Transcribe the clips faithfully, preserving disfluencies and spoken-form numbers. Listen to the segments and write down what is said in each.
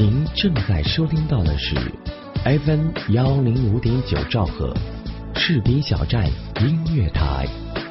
您正在收听到的是 F M 幺零五点九兆赫士兵小站音乐台。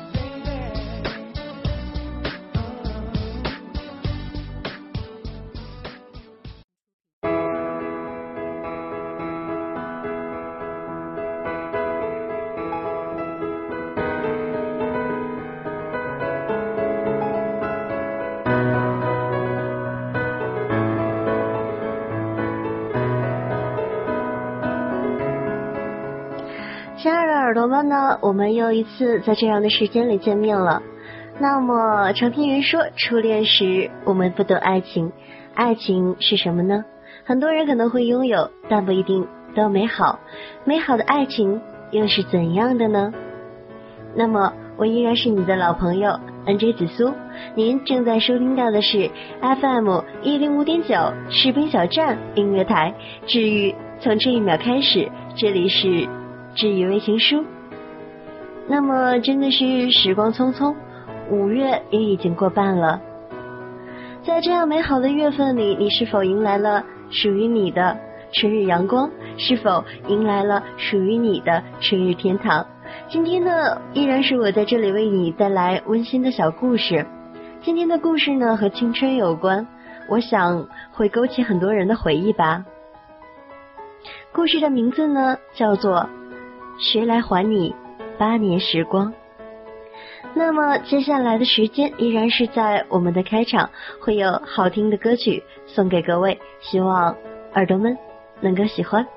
亲爱的耳朵们呢，我们又一次在这样的时间里见面了。那么常听人说初恋时我们不懂爱情，爱情是什么呢？很多人可能会拥有，但不一定都美好。美好的爱情又是怎样的呢？那么我依然是你的老朋友 N J 紫苏，您正在收听到的是 F M 一零五点九士兵小站音乐台，治愈从这一秒开始，这里是治愈微情书。那么真的是时光匆匆，五月也已经过半了。在这样美好的月份里，你是否迎来了属于你的春日阳光？是否迎来了属于你的春日天堂？今天呢，依然是我在这里为你带来温馨的小故事。今天的故事呢，和青春有关，我想会勾起很多人的回忆吧。故事的名字呢，叫做谁来还你八年时光。那么接下来的时间依然是在我们的开场会有好听的歌曲送给各位，希望耳朵们能够喜欢。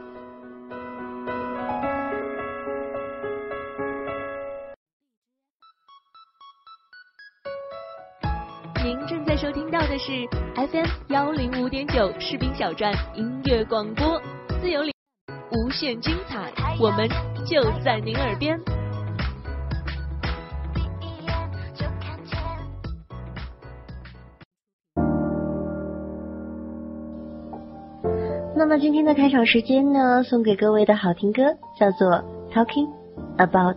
您正在收听到的是 F M 幺零五点九士兵小站音乐广播，自由领无限精彩，我们就在您耳边。 那么今天的开场时间呢，送给各位的好听歌叫做 Talking About。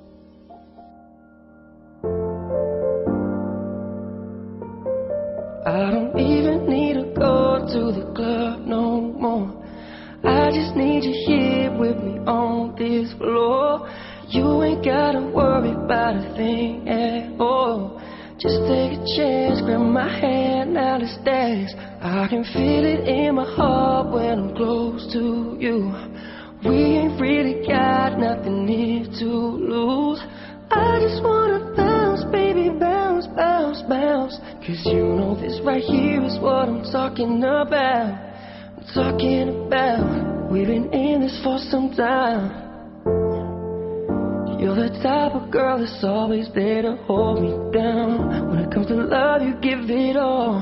I don't even need to go to the club no more. I just need you here with me on this floor. You ain't gotta worry about a thing at all. Just take a chance, grab my hand, now let's dance. I can feel it in my heart when I'm close to you. We ain't really got nothing here to lose. I just wanna bounce, baby, bounce, bounce, bounce. Cause you know this right here is what I'm talking about. I'm talking about, we've been in this for some time. You're the type of girl that's always there to hold me down. When it comes to love, you give it all.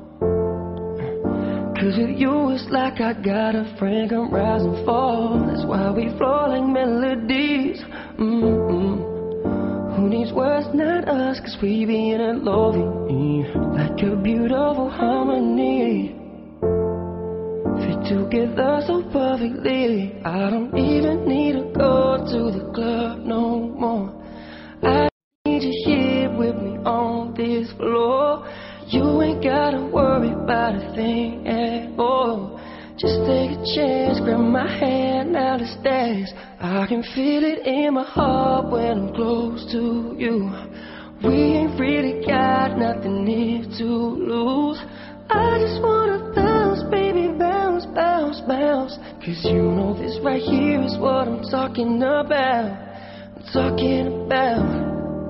Cause with you it's like I got a friend come rise and fall. That's why we flow like melodies. Mm-mm. Who needs words, not us, cause we be in it loving like a beautiful harmony. Fit together so perfectly. I don't even need to go to the club no more. I need you here with me on this floor. You ain't gotta worry about a thing at all. Just take a chance, grab my hand, now let's dance. I can feel it in my heart when I'm close to you. We ain't really got nothing here to lose. I just wanna bounce, baby, bounce, bounce, bounce. Cause you know this right here is what I'm talking about. I'm talking about.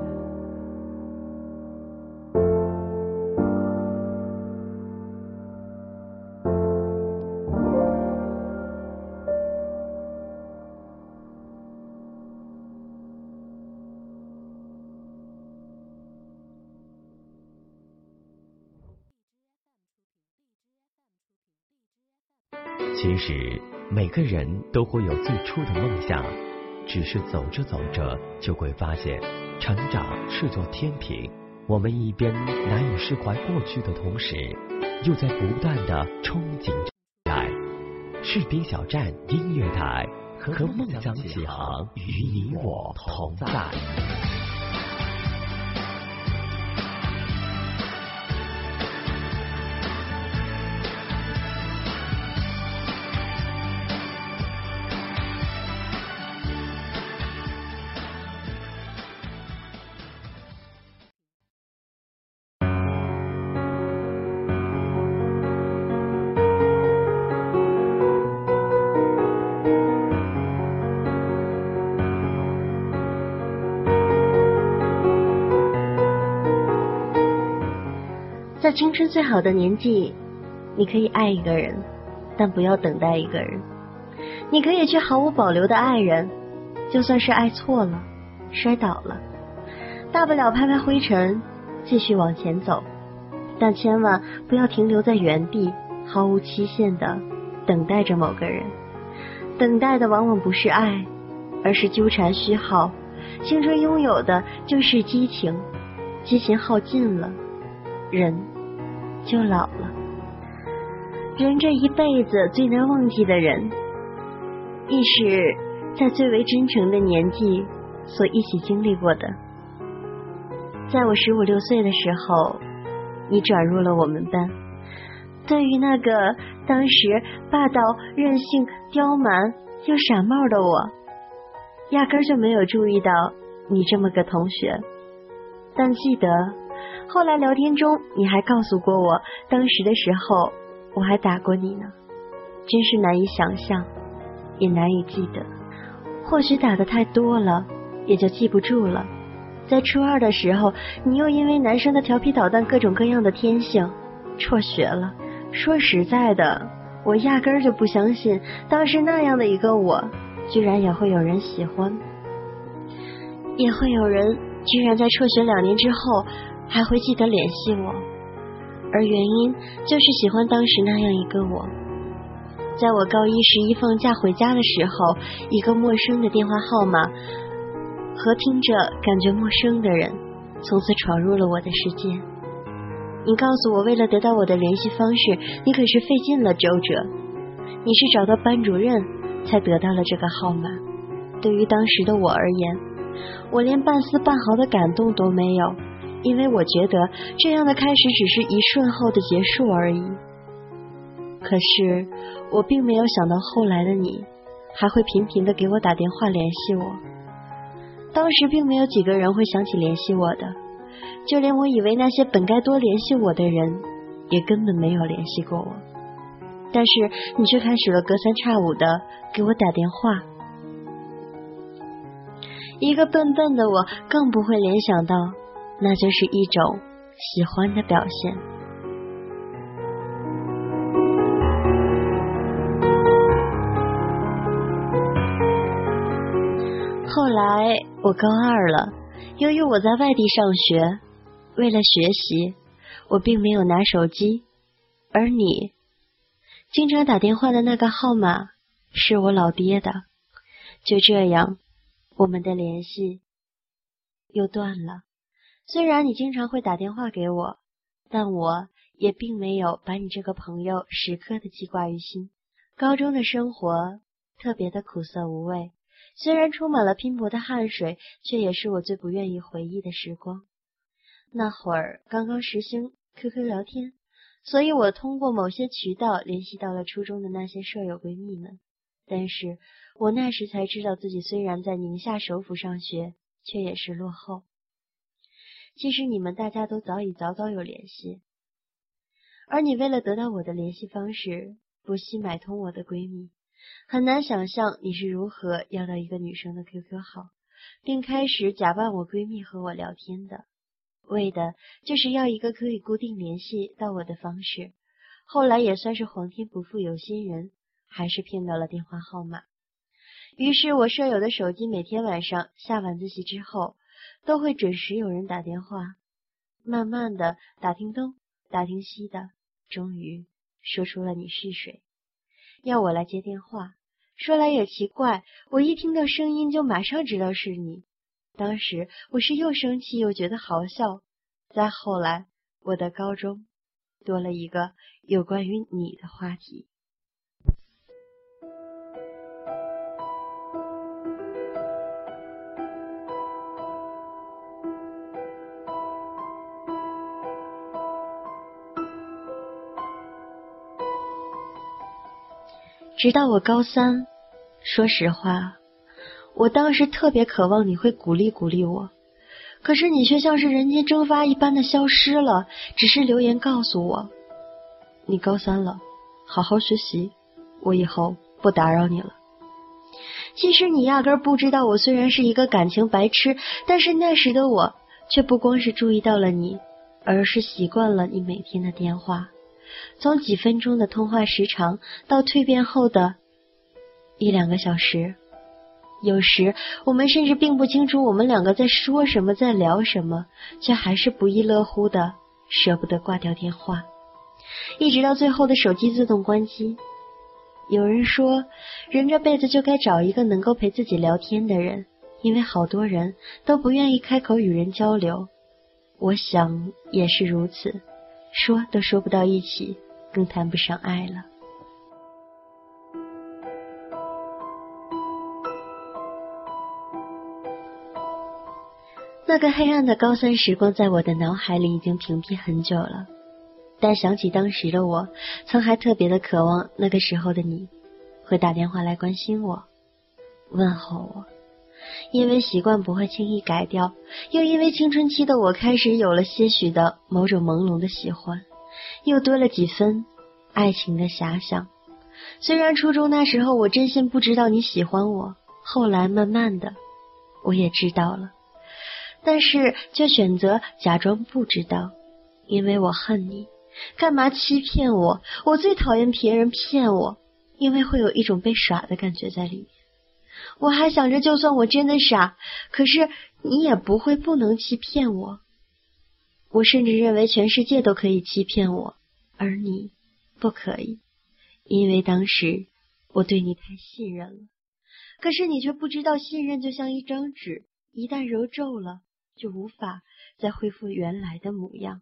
其实每个人都会有最初的梦想，只是走着走着就会发现成长是座天平，我们一边难以释怀过去的同时，又在不断的憧憬着未来。士兵小站音乐台，和梦想起航，与你我同在。 在青春最好的年纪，你可以爱一个人，但不要等待一个人。你可以去毫无保留的爱人，就算是爱错了，摔倒了，大不了拍拍灰尘，继续往前走。但千万不要停留在原地，毫无期限的等待着某个人。等待的往往不是爱，而是纠缠虚耗。青春拥有的就是激情，激情耗尽了，人就老了。人这一辈子最难忘记的人，亦是在最为真诚的年纪所一起经历过的。在我十五六岁的时候，你转入了我们班。对于那个当时霸道、任性、刁蛮又傻帽的我，压根就没有注意到你这么个同学。但记得后来聊天中你还告诉过我，当时的时候我还打过你呢，真是难以想象，也难以记得。或许打得太多了，也就记不住了。在初二的时候，你又因为男生的调皮捣蛋各种各样的天性辍学了。说实在的，我压根儿就不相信当时那样的一个我居然也会有人喜欢，也会有人居然在辍学两年之后还会记得联系我。而原因就是喜欢当时那样一个我。在我高一十一放假回家的时候，一个陌生的电话号码和听着感觉陌生的人从此闯入了我的世界。你告诉我，为了得到我的联系方式，你可是费尽了周折。你是找到班主任才得到了这个号码。对于当时的我而言，我连半丝半毫的感动都没有，因为我觉得这样的开始只是一瞬后的结束而已。可是我并没有想到后来的你还会频频的给我打电话联系我。当时并没有几个人会想起联系我的，就连我以为那些本该多联系我的人也根本没有联系过我。但是你却开始了隔三差五的给我打电话。一个笨笨的我更不会联想到那就是一种喜欢的表现。后来我高二了，由于我在外地上学，为了学习，我并没有拿手机，而你经常打电话的那个号码是我老爹的。就这样，我们的联系又断了。虽然你经常会打电话给我，但我也并没有把你这个朋友时刻的记挂于心。高中的生活特别的苦涩无味，虽然充满了拼搏的汗水，却也是我最不愿意回忆的时光。那会儿刚刚实行 Q Q 聊天，所以我通过某些渠道联系到了初中的那些舍友闺蜜们。但是我那时才知道自己虽然在宁夏首府上学，却也是落后。其实你们大家都早已早早有联系，而你为了得到我的联系方式，不惜买通我的闺蜜。很难想象你是如何要到一个女生的 Q Q 号，并开始假扮我闺蜜和我聊天的，为的就是要一个可以固定联系到我的方式。后来也算是皇天不负有心人，还是骗到了电话号码。于是我舍友的手机每天晚上下晚自习之后都会准时有人打电话，慢慢的打听东打听西的，终于说出了你是谁，要我来接电话。说来也奇怪，我一听到声音就马上知道是你。当时我是又生气又觉得好笑。再后来，我的高中多了一个有关于你的话题。直到我高三，说实话，我当时特别渴望你会鼓励鼓励我，可是你却像是人间蒸发一般的消失了，只是留言告诉我，你高三了，好好学习，我以后不打扰你了。其实你压根不知道，我虽然是一个感情白痴，但是那时的我却不光是注意到了你， 而是习惯了你每天的电话，从几分钟的通话时长到蜕变后的一两个小时。有时我们甚至并不清楚我们两个在说什么，在聊什么，却还是不亦乐乎的舍不得挂掉电话，一直到最后的手机自动关机。有人说，人这辈子就该找一个能够陪自己聊天的人，因为好多人都不愿意开口与人交流。我想也是如此，说都说不到一起，更谈不上爱了。那个黑暗的高三时光在我的脑海里已经屏蔽很久了，但想起当时的我，曾还特别的渴望那个时候的你会打电话来关心我，问候我。因为习惯不会轻易改掉，又因为青春期的我开始有了些许的某种朦胧的喜欢，又多了几分爱情的遐想。虽然初中那时候我真心不知道你喜欢我，后来慢慢的我也知道了，但是却选择假装不知道，因为我恨你。干嘛欺骗我？我最讨厌别人骗我，因为会有一种被耍的感觉在里面。我还想着就算我真的傻，可是你也不会不能欺骗我。我甚至认为全世界都可以欺骗我，而你不可以，因为当时我对你太信任了。可是你却不知道，信任就像一张纸，一旦揉皱了，就无法再恢复原来的模样。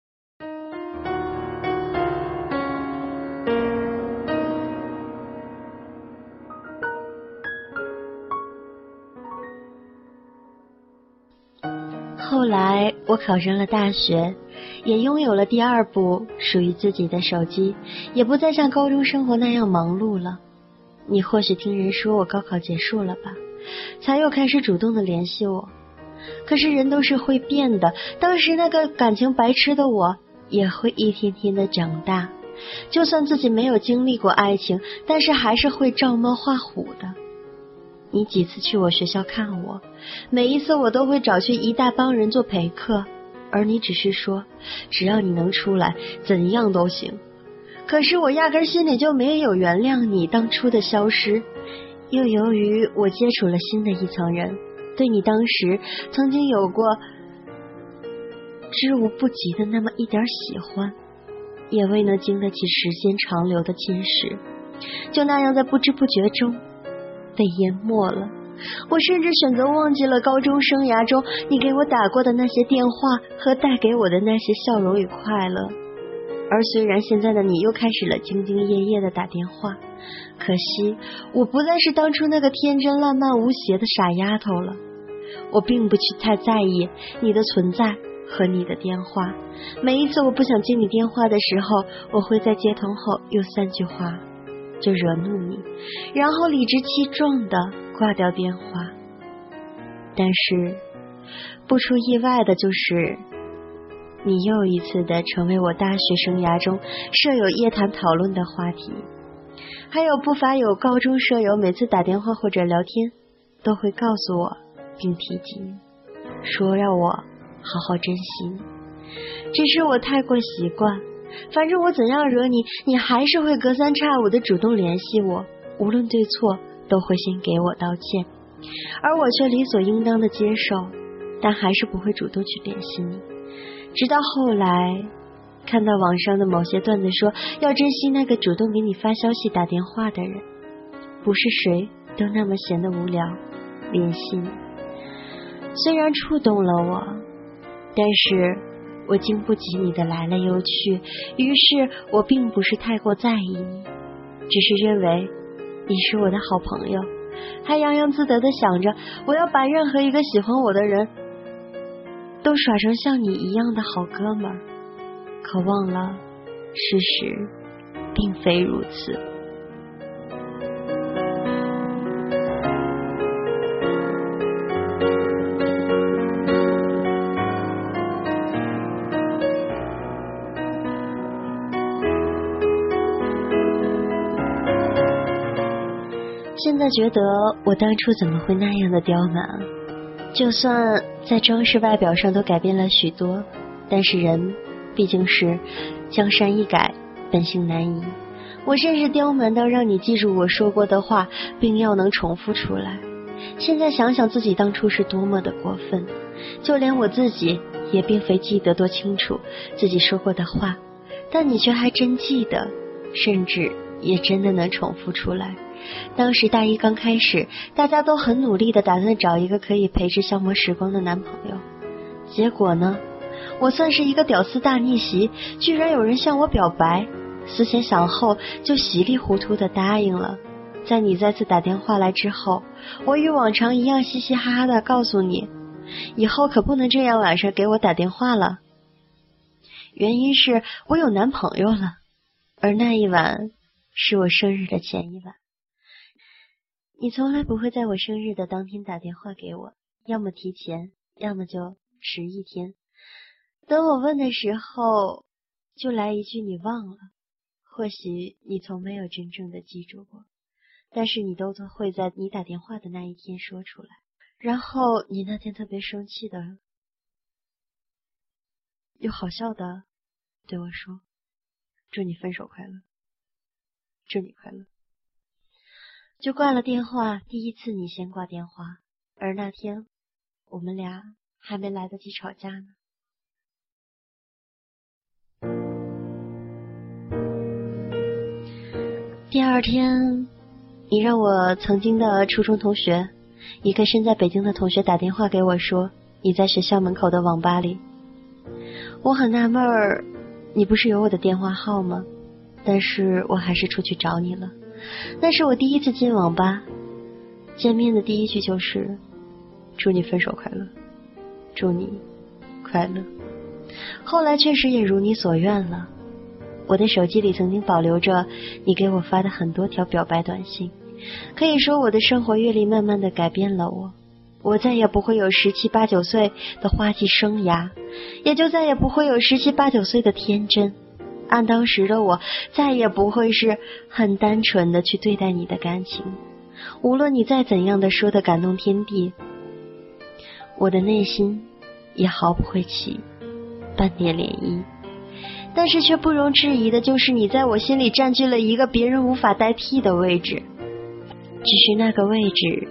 后来我考上了大学，也拥有了第二部属于自己的手机，也不再像高中生活那样忙碌了。你或许听人说我高考结束了吧，才又开始主动的联系我。可是人都是会变的，当时那个感情白痴的我也会一天天的长大，就算自己没有经历过爱情，但是还是会照猫画虎的。你几次去我学校看我，每一次我都会找去一大帮人做陪客，而你只是说只要你能出来怎样都行。可是我压根心里就没有原谅你当初的消失，又由于我接触了新的一层人，对你当时曾经有过知无不及的那么一点喜欢，也未能经得起时间长流的侵蚀，就那样在不知不觉中被淹没了。我甚至选择忘记了高中生涯中你给我打过的那些电话和带给我的那些笑容与快乐。而虽然现在的你又开始了兢兢业业的打电话，可惜我不再是当初那个天真烂漫无邪的傻丫头了。我并不去太在意你的存在和你的电话，每一次我不想接你电话的时候，我会在接通后用三句话就惹怒你，然后理直气壮的挂掉电话。但是不出意外的就是你又一次的成为我大学生涯中舍友夜谈讨论的话题，还有不乏有高中舍友每次打电话或者聊天都会告诉我并提及你，说让我好好珍惜你。只是我太过习惯，反正我怎样惹你，你还是会隔三差五的主动联系我，无论对错都会先给我道歉，而我却理所应当的接受，但还是不会主动去联系你。直到后来看到网上的某些段子说要珍惜那个主动给你发消息打电话的人，不是谁都那么闲得无聊联系你。虽然触动了我，但是我经不起你的来了又去，于是我并不是太过在意你，只是认为你是我的好朋友，还洋洋自得地想着我要把任何一个喜欢我的人都耍成像你一样的好哥们儿。可忘了事实并非如此。现在觉得我当初怎么会那样的刁蛮啊？就算在装饰外表上都改变了许多， 但是人毕竟是江山易改，本性难移。我甚至刁蛮到让你记住我说过的话，并要能重复出来。现在想想自己当初是多么的过分，就连我自己也并非记得多清楚自己说过的话，但你却还真记得，甚至也真的能重复出来。当时大一刚开始，大家都很努力的打算找一个可以陪着消磨时光的男朋友，结果呢，我算是一个屌丝大逆袭，居然有人向我表白，思前想后就稀里糊涂的答应了。在你再次打电话来之后，我与往常一样嘻嘻哈哈的告诉你，以后可不能这样晚上给我打电话了，原因是我有男朋友了，而那一晚是我生日的前一晚。你从来不会在我生日的当天打电话给我，要么提前，要么就迟一天。等我问的时候，就来一句你忘了。或许你从没有真正的记住过，但是你都会在你打电话的那一天说出来。然后你那天特别生气的，又好笑的对我说，祝你分手快乐，祝你快乐。就挂了电话，第一次你先挂电话，而那天我们俩还没来得及吵架呢。第二天，你让我曾经的初中同学，一个身在北京的同学打电话给我说，你在学校门口的网吧里。我很纳闷儿，你不是有我的电话号吗？但是我还是出去找你了。那是我第一次进网吧，见面的第一句就是祝你分手快乐，祝你快乐。后来确实也如你所愿了，我的手机里曾经保留着你给我发的很多条表白短信，可以说我的生活阅历慢慢的改变了我，我再也不会有十七八九岁的花季生涯，也就再也不会有十七八九岁的天真。按当时的我，再也不会是很单纯的去对待你的感情，无论你再怎样的说的感动天地，我的内心也毫不会起半点涟漪。但是却不容置疑的就是你在我心里占据了一个别人无法代替的位置，只是那个位置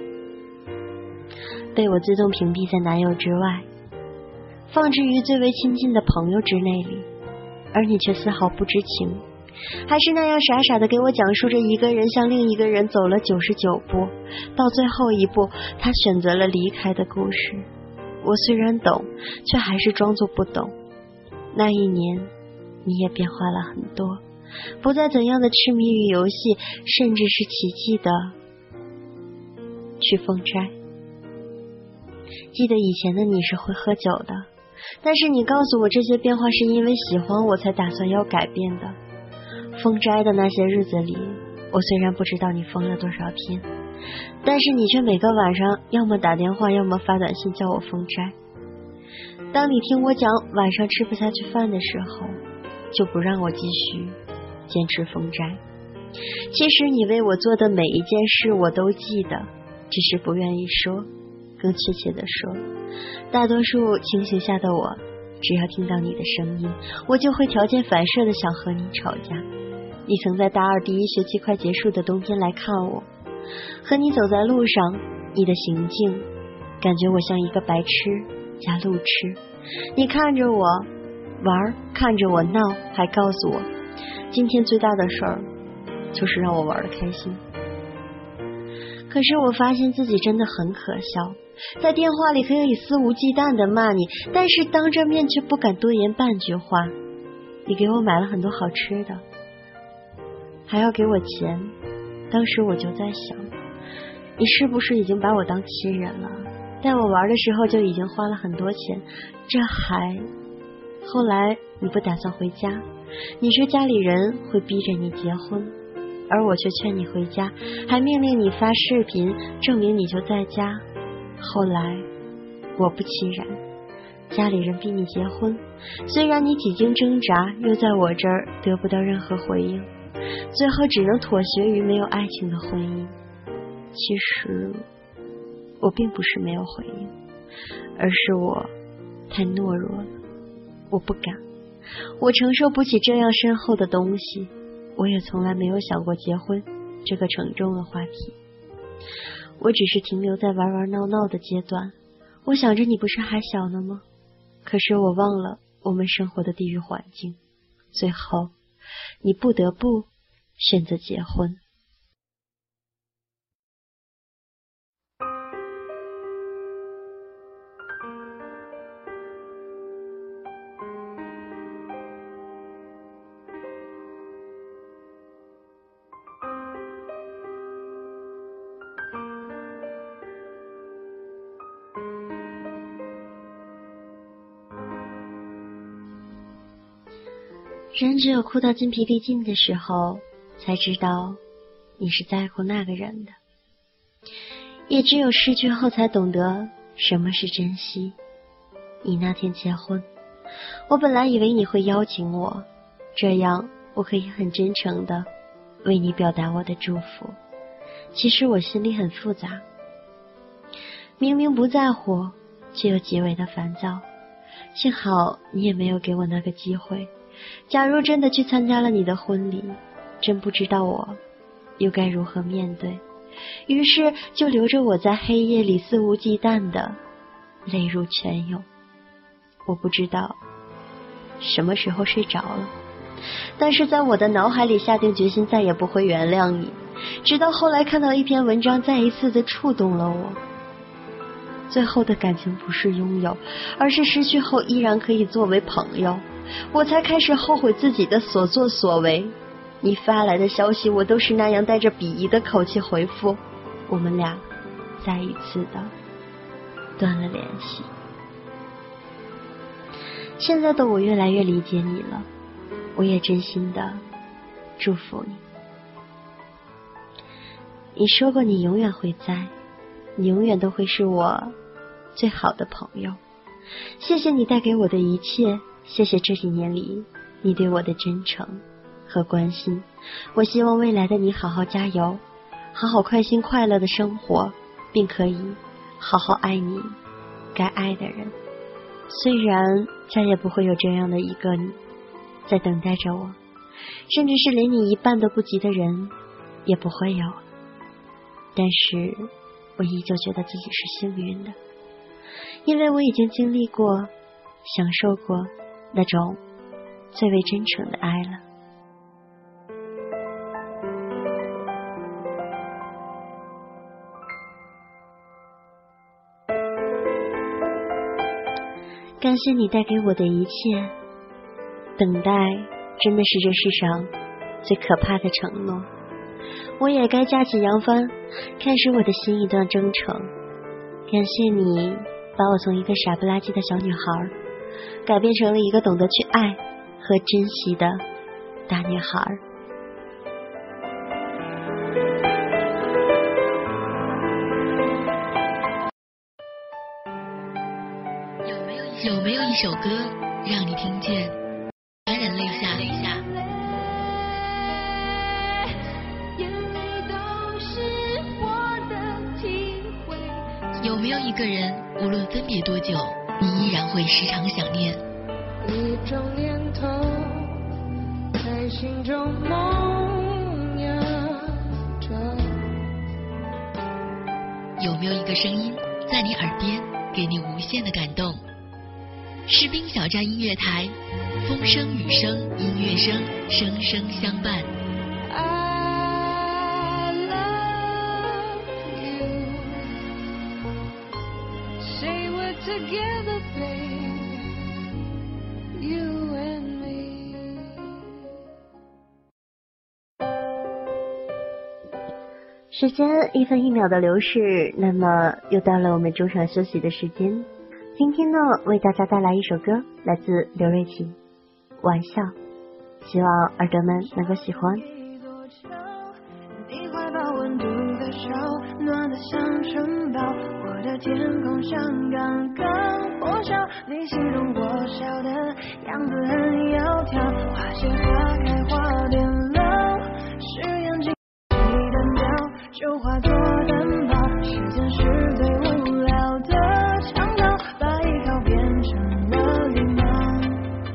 被我自动屏蔽在男友之外，放置于最为亲近的朋友之内里，而你却丝毫不知情，还是那样傻傻的给我讲述着一个人向另一个人走了九十九步，到最后一步他选择了离开的故事。我虽然懂，却还是装作不懂。那一年你也变化了很多，不再怎样的痴迷于游戏，甚至是奇迹的去封斋。记得以前的你是会喝酒的，但是你告诉我这些变化是因为喜欢我才打算要改变的。封斋的那些日子里，我虽然不知道你封了多少天，但是你却每个晚上要么打电话，要么发短信叫我封斋。当你听我讲晚上吃不下去饭的时候，就不让我继续坚持封斋。其实你为我做的每一件事我都记得，只是不愿意说。更确切的说，大多数情形下的我，只要听到你的声音，我就会条件反射的想和你吵架。你曾在大二第一学期快结束的冬天来看我，和你走在路上，你的行径感觉我像一个白痴加路痴。你看着我玩，看着我闹，还告诉我今天最大的事儿就是让我玩得开心。可是我发现自己真的很可笑，在电话里可以肆无忌惮的骂你，但是当着面却不敢多言半句话。你给我买了很多好吃的，还要给我钱，当时我就在想，你是不是已经把我当亲人了？带我玩的时候就已经花了很多钱，这还……后来你不打算回家，你说家里人会逼着你结婚，而我却劝你回家，还命令你发视频证明你就在家。后来果不其然，家里人逼你结婚，虽然你几经挣扎，又在我这儿得不到任何回应，最后只能妥协于没有爱情的婚姻。其实我并不是没有回应，而是我太懦弱了。 我不敢，我承受不起这样深厚的东西，我也从来没有想过结婚这个沉重的话题。我只是停留在玩玩闹闹的阶段，我想着你不是还小呢吗？可是我忘了我们生活的地域环境，最后你不得不选择结婚。人只有哭到筋疲力尽的时候，才知道你是在乎那个人的，也只有失去后才懂得什么是珍惜。你那天结婚，我本来以为你会邀请我，这样我可以很真诚的为你表达我的祝福。其实我心里很复杂，明明不在乎，却又极为的烦躁。幸好你也没有给我那个机会，假如真的去参加了你的婚礼，真不知道我又该如何面对，于是就留着我在黑夜里肆无忌惮的泪如泉涌。我不知道什么时候睡着了，但是在我的脑海里下定决心再也不会原谅你，直到后来看到一篇文章再一次的触动了我。最后的感情不是拥有，而是失去后依然可以作为朋友，我才开始后悔自己的所作所为。你发来的消息我都是那样带着鄙夷的口气回复，我们俩再一次的断了联系。现在的我越来越理解你了，我也真心的祝福你。你说过你永远会在，你永远都会是我最好的朋友。谢谢你带给我的一切，谢谢这几年里你对我的真诚和关心。我希望未来的你好好加油，好好开心快乐的生活，并可以好好爱你该爱的人。虽然再也不会有这样的一个你在等待着我，甚至是连你一半都不及的人也不会有，但是我依旧觉得自己是幸运的，因为我已经经历过享受过那种最为真诚的爱了。感谢你带给我的一切，等待真的是这世上最可怕的承诺。我也该架起扬帆，开始我的新一段征程。感谢你把我从一个傻不拉几的小女孩改变成了一个懂得去爱和珍惜的大女孩。 有没有一首歌让你听见潸然泪下？泪下有没有一个人，无论分别多久，你依然会时常想念？ 一种念头在心中萌芽着。 有没有一个声音在你耳边，给你无限的感动？士兵小站音乐台，风声雨声音乐声，声声相伴。 I love you. Say we're together, babe. You and me. 时间一分一秒的流逝，那么又到了我们中场休息的时间。今天呢，为大家带来一首歌，来自刘瑞琦，玩笑，希望耳朵们能够喜欢。 你怀抱温度的手，暖得像城堡，我的天空像刚刚破晓，你形容我笑的样子很窈窕，花谢花开花变老，是眼睛里的鸟，就化作担保，时间是最无聊的强盗，把依靠变成了礼貌。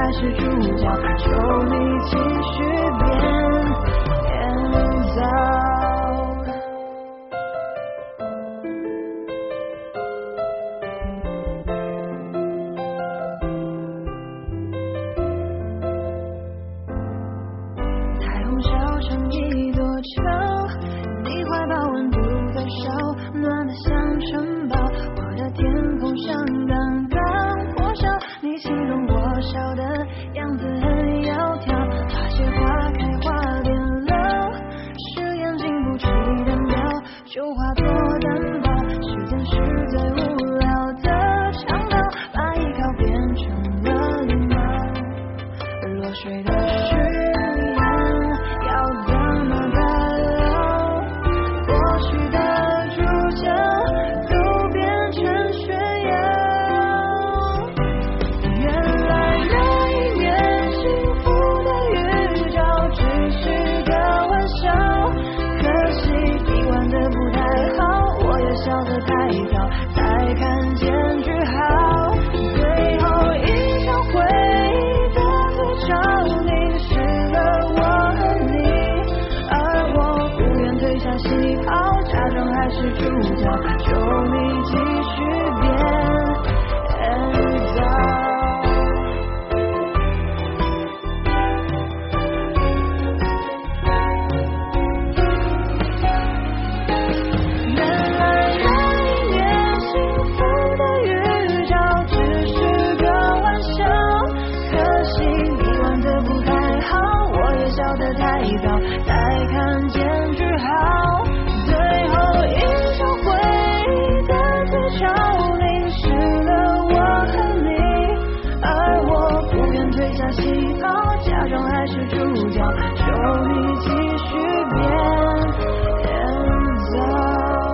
还是主角，求你继续变变造。彩虹烧成一座桥，你怀抱温度在烧，暖得像城堡，我的天空像刚刚破晓，你心中我笑的样子很窈窕，花谢花开花变老，是眼经不起的鸟，就化作担保，时间是最无聊的强盗，把依靠变成了礼貌，落水的誓言要怎么白了，过去的主角都变成炫耀，原来那一面幸福的预兆只是个玩笑，可惜你玩得不太好，我也笑得太早，才看见句号，最后一条回忆的对照凝视了我和你，而我不愿褪下喜好，假装还是主角，求你继续变造。原来那一面幸福的预兆只是个玩笑，可惜你玩得不太好，我也笑得太早，才看见句号，最后一条回忆的对照凝视了我和你，而我不愿褪下喜好，假装还是主角，求你继续变变造。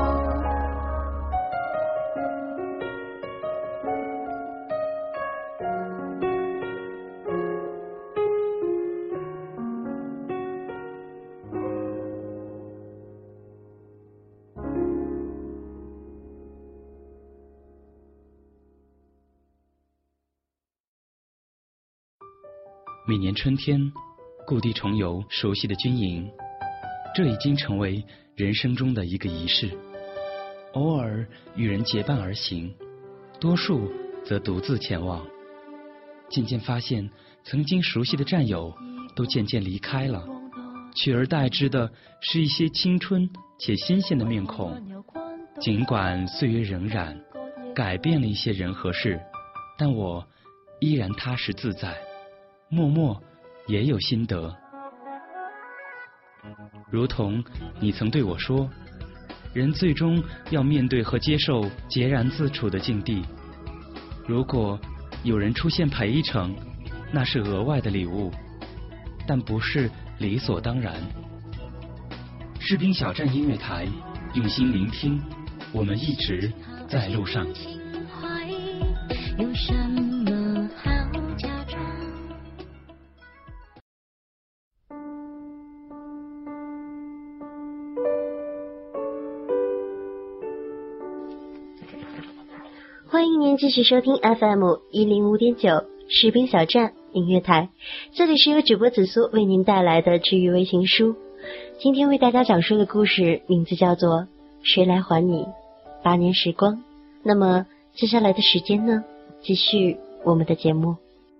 每年春天，故地重游熟悉的军营，这已经成为人生中的一个仪式。偶尔与人结伴而行，多数则独自前往。渐渐发现，曾经熟悉的战友都渐渐离开了，取而代之的是一些青春且新鲜的面孔。尽管岁月荏苒，改变了一些人和事，但我依然踏实自在。默默也有心得，如同你曾对我说，人最终要面对和接受孑然自处的境地。如果有人出现陪一程，那是额外的礼物，但不是理所当然。士兵小站音乐台，用心聆听，我们一直在路上。 有什么好假装？ 欢迎您继续收听 F M 一零五点九士兵小站音乐台，这里是由主播紫苏为您带来的治愈微情书。今天为大家讲述的故事名字叫做《谁来还你八年时光》。那么接下来的时间呢，继续我们的节目。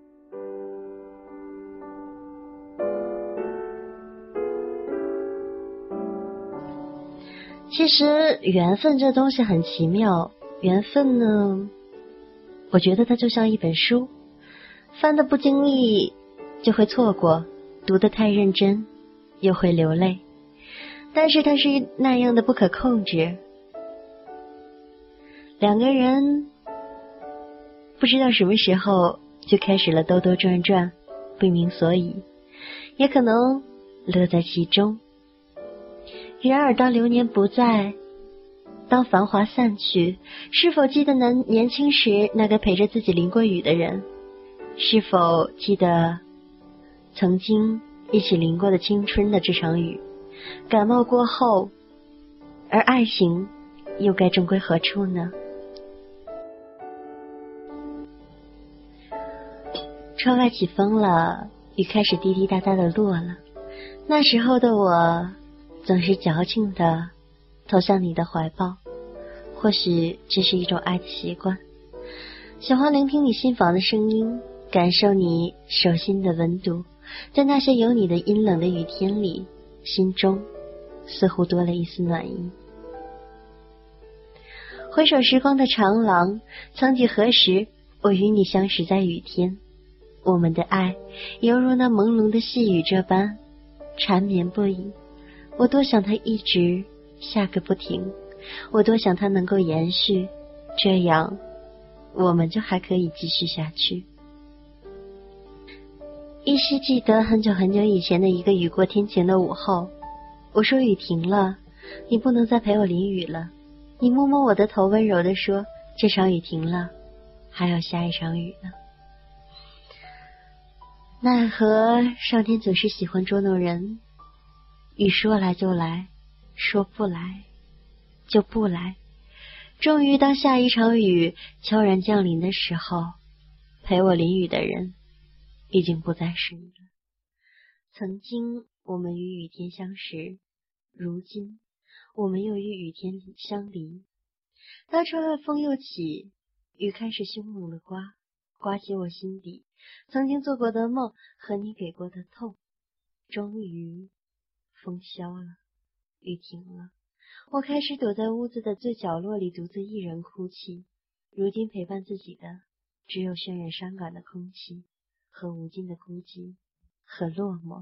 其实缘分这东西很奇妙，缘分呢，我觉得它就像一本书，翻得不经意就会错过，读得太认真又会流泪，但是它是那样的不可控制。两个人不知道什么时候就开始了兜兜转转，不明所以，也可能乐在其中。然而当流年不在，当繁华散去，是否记得年年轻时那个陪着自己淋过雨的人？是否记得曾经一起淋过的青春的这场雨？感冒过后，而爱情又该终归何处呢？ 窗外起风了，雨开始滴滴答答的落了。那时候的我总是矫情的投向你的怀抱，或许这是一种爱的习惯，喜欢聆听你心房的声音，感受你手心的温度，在那些有你的阴冷的雨天里，心中似乎多了一丝暖意。回首时光的长廊，曾几何时，我与你相识在雨天，我们的爱犹如那朦胧的细雨这般缠绵不已。我多想它一直下个不停，我多想它能够延续，这样我们就还可以继续下去。依稀记得很久很久以前的一个雨过天晴的午后，我说雨停了，你不能再陪我淋雨了。你摸摸我的头，温柔地说，这场雨停了，还有下一场雨呢。奈何上天总是喜欢捉弄人，雨说来就来，说不来就不来。终于当下一场雨悄然降临的时候，陪我淋雨的人已经不再是你了。曾经我们与雨天相识，如今我们又与雨天相离。当窗外风又起，雨开始凶猛的刮，刮起我心底曾经做过的梦和你给过的痛。终于风消了，雨停了，我开始躲在屋子的最角落里独自一人哭泣。如今陪伴自己的只有渲染伤感的空气和无尽的孤寂和落寞。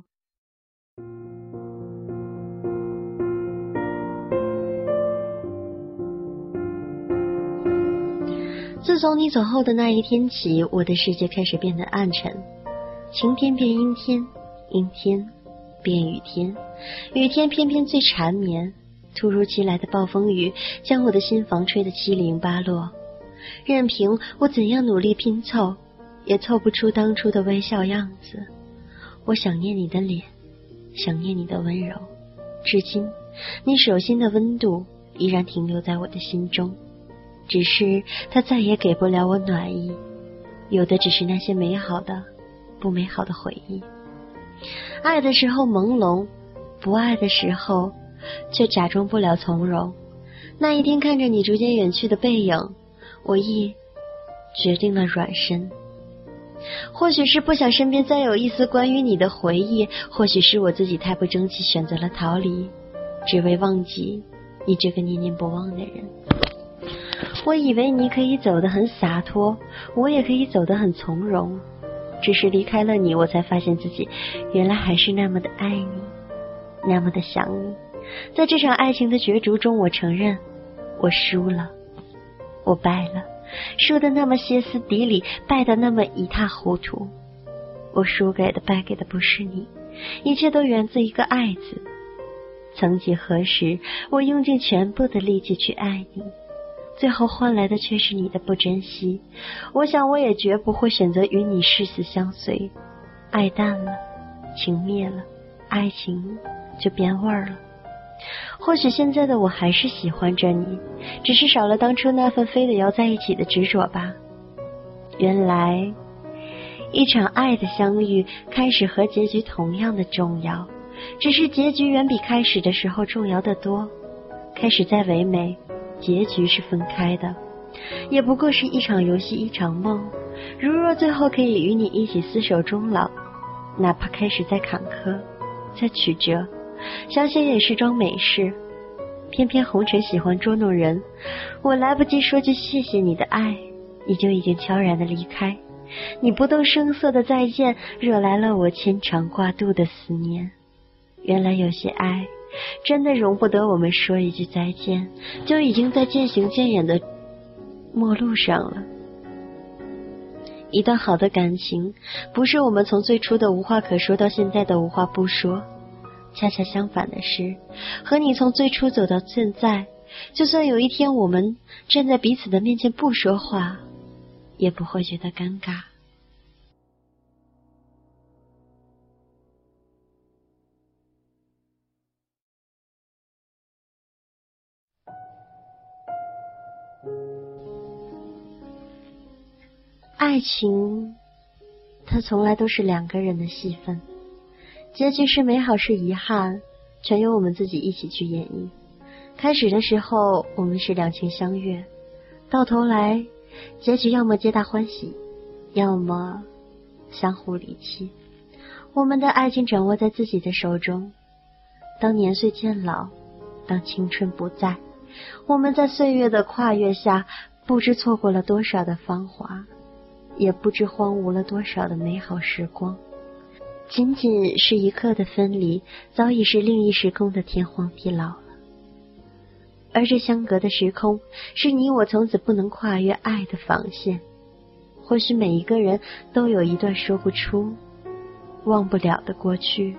自从你走后的那一天起，我的世界开始变得暗沉，晴天变阴天，阴天变雨天，雨天偏偏最缠绵。突如其来的暴风雨将我的心房吹得七零八落，任凭我怎样努力拼凑，也凑不出当初的微笑样子。我想念你的脸，想念你的温柔，至今你手心的温度依然停留在我的心中，只是它再也给不了我暖意，有的只是那些美好的不美好的回忆。爱的时候朦胧，不爱的时候却假装不了从容。那一天看着你逐渐远去的背影，我亦决定了软身。或许是不想身边再有一丝关于你的回忆，或许是我自己太不争气，选择了逃离，只为忘记你这个念念不忘的人。我以为你可以走得很洒脱，我也可以走得很从容，只是离开了你，我才发现自己原来还是那么的爱你，那么的想你。在这场爱情的角逐中，我承认我输了，我败了，输得那么歇斯底里，败得那么一塌糊涂。我输给的败给的不是你，一切都源自一个爱字。曾几何时，我用尽全部的力气去爱你，最后换来的却是你的不珍惜。我想我也绝不会选择与你誓死相随。爱淡了，情灭了，爱情就变味儿了。或许现在的我还是喜欢着你，只是少了当初那份非得要在一起的执着吧。原来一场爱的相遇，开始和结局同样的重要，只是结局远比开始的时候重要得多。开始再唯美，结局是分开的，也不过是一场游戏，一场梦。如若最后可以与你一起厮守终老，哪怕开始再坎坷，再曲折，想想也是桩美事。偏偏红尘喜欢捉弄人，我来不及说句谢谢你的爱，你就已经悄然的离开。你不动声色的再见，惹来了我牵肠挂肚的思念。原来有些爱真的容不得我们说一句再见，就已经在渐行渐远的陌路上了。一段好的感情，不是我们从最初的无话可说到现在的无话不说，恰恰相反的是，和你从最初走到现在，就算有一天我们站在彼此的面前不说话，也不会觉得尴尬。爱情它从来都是两个人的戏份，结局是美好是遗憾，全由我们自己一起去演绎。开始的时候我们是两情相悦，到头来结局要么皆大欢喜，要么相互离弃。我们的爱情掌握在自己的手中，当年岁渐老，当青春不在，我们在岁月的跨越下，不知错过了多少的芳华，也不知荒芜了多少的美好时光。仅仅是一刻的分离，早已是另一时空的天荒地老了。而这相隔的时空，是你我从此不能跨越爱的防线。或许每一个人都有一段说不出忘不了的过去，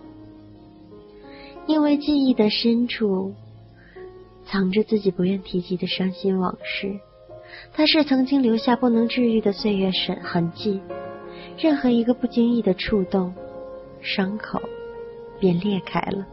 因为记忆的深处藏着自己不愿提及的伤心往事，它是曾经留下不能治愈的岁月痕迹，任何一个不经意的触动，伤口便裂开了。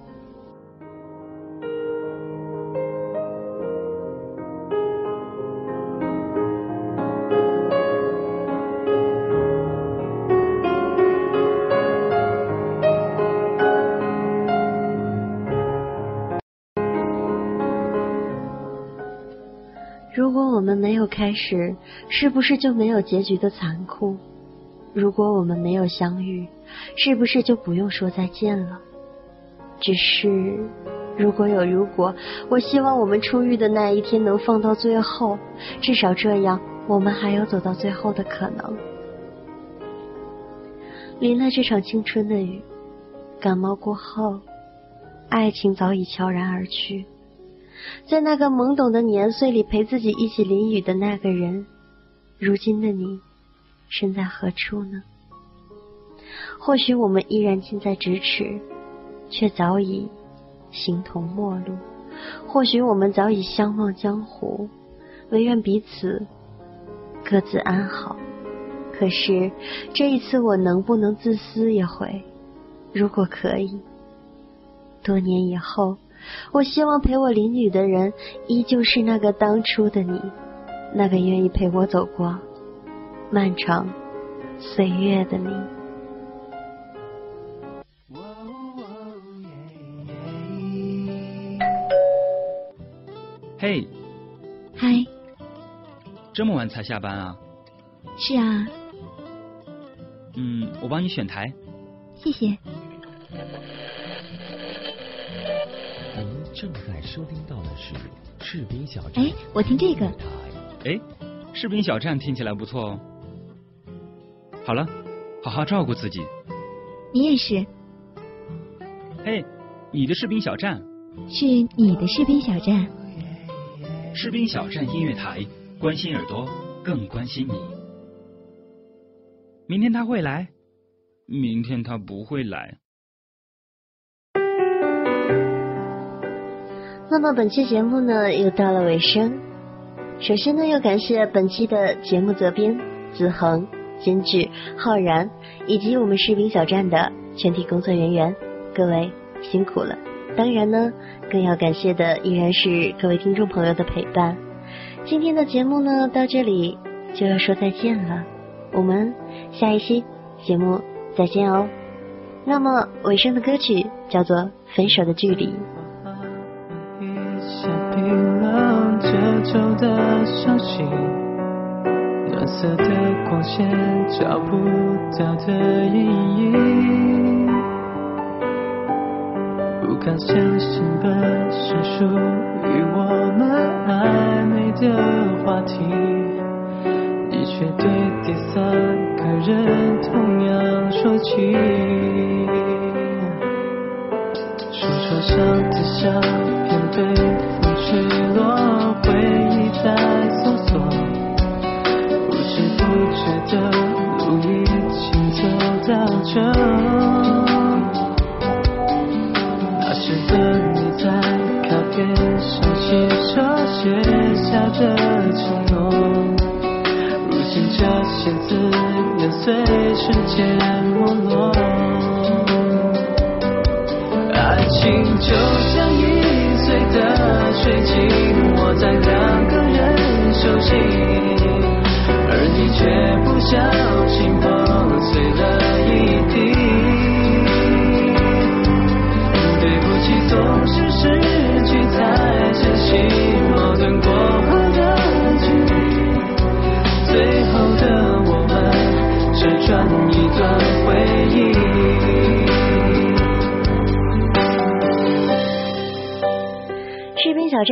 如果我们没有开始，是不是就没有结局的残酷？如果我们没有相遇，是不是就不用说再见了？只是如果有如果，我希望我们初遇的那一天能放到最后，至少这样我们还有走到最后的可能。淋了这场青春的雨，感冒过后，爱情早已悄然而去。在那个懵懂的年岁里陪自己一起淋雨的那个人，如今的你身在何处呢？或许我们依然近在咫尺，却早已形同陌路。或许我们早已相忘江湖，唯愿彼此各自安好。可是这一次我能不能自私一回？如果可以，多年以后，我希望陪我淋雨的人依旧是那个当初的你，那个愿意陪我走过漫长岁月的你。 嘿， 嗨， 这么晚才下班啊？ 是啊。 嗯，我帮你选台。 谢谢。 您正在收听到的是士兵小站。 哎，我听这个。 哎，士兵小站听起来不错哦。好了，好好照顾自己。 你也是。 嘿，你的士兵小站。 是你的士兵小站。 士兵小站音乐台，关心耳朵，更关心你。明天他会来，明天他不会来。 那么本期节目呢又到了尾声，首先呢又感谢本期的节目责编子恒、监制浩然以及我们士兵小站的全体工作人员，各位辛苦了。当然呢更要感谢的依然是各位听众朋友的陪伴。今天的节目呢到这里就要说再见了，我们下一期节目再见哦。那么尾声的歌曲叫做《分手的距离》。 下冰冷褶皱的手心，暖色的光线找不到的意义，不敢相信本是属于我们暧昧的话题，你却对第三个人同样说起，书桌上的相片被风吹落，回忆在搜索，不知不觉的路已经走到这，那时的你在卡片上亲手写下的承诺，如今这些字眼随时间没落，爱情就像易碎的水晶，握在两个人手心，而你却不小心破碎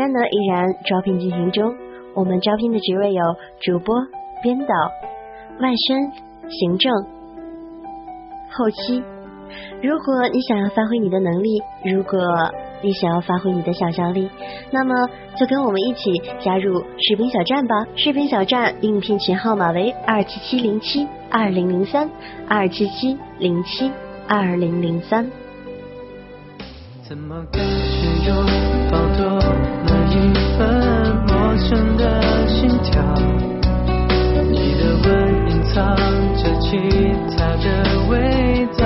站呢依然招聘进行中，我们招聘的职位有主播、编导、外宣、行政、后期。如果你想要发挥你的能力，如果你想要发挥你的想象力，那么就跟我们一起加入士兵小站吧。士兵小站应聘群号码为二七七零七二零零三二七七零七二零零三。 怎么感觉又抱多了一份陌生的心跳？你的吻隐藏着其他的味道，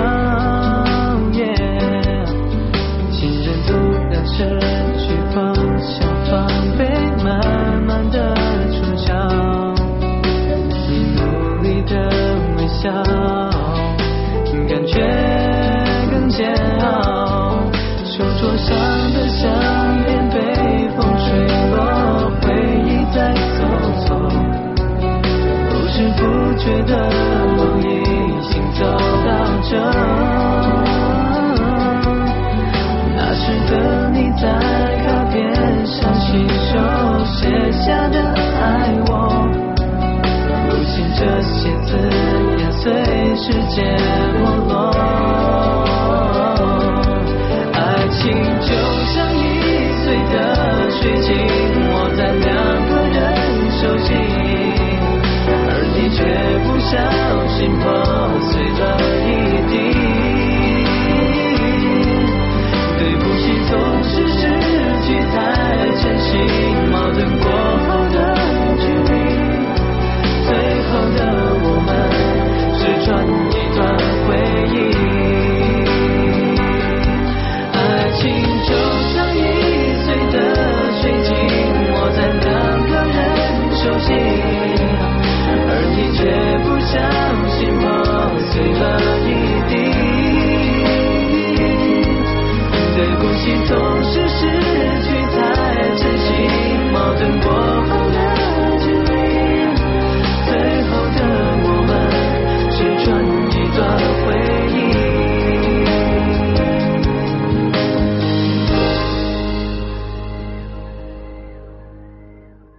yeah， 情人突然失去方向，防备慢慢的出鞘，你努力的微笑，感觉更煎熬。 书桌上的相片被风吹落，回忆在走走，不知不觉的我已经走到这。那时的你在卡片上亲手写下的爱我，如今这些字也随时间没落。 爱情就像易碎的水晶，握在两个人手心，而你却不小心碰。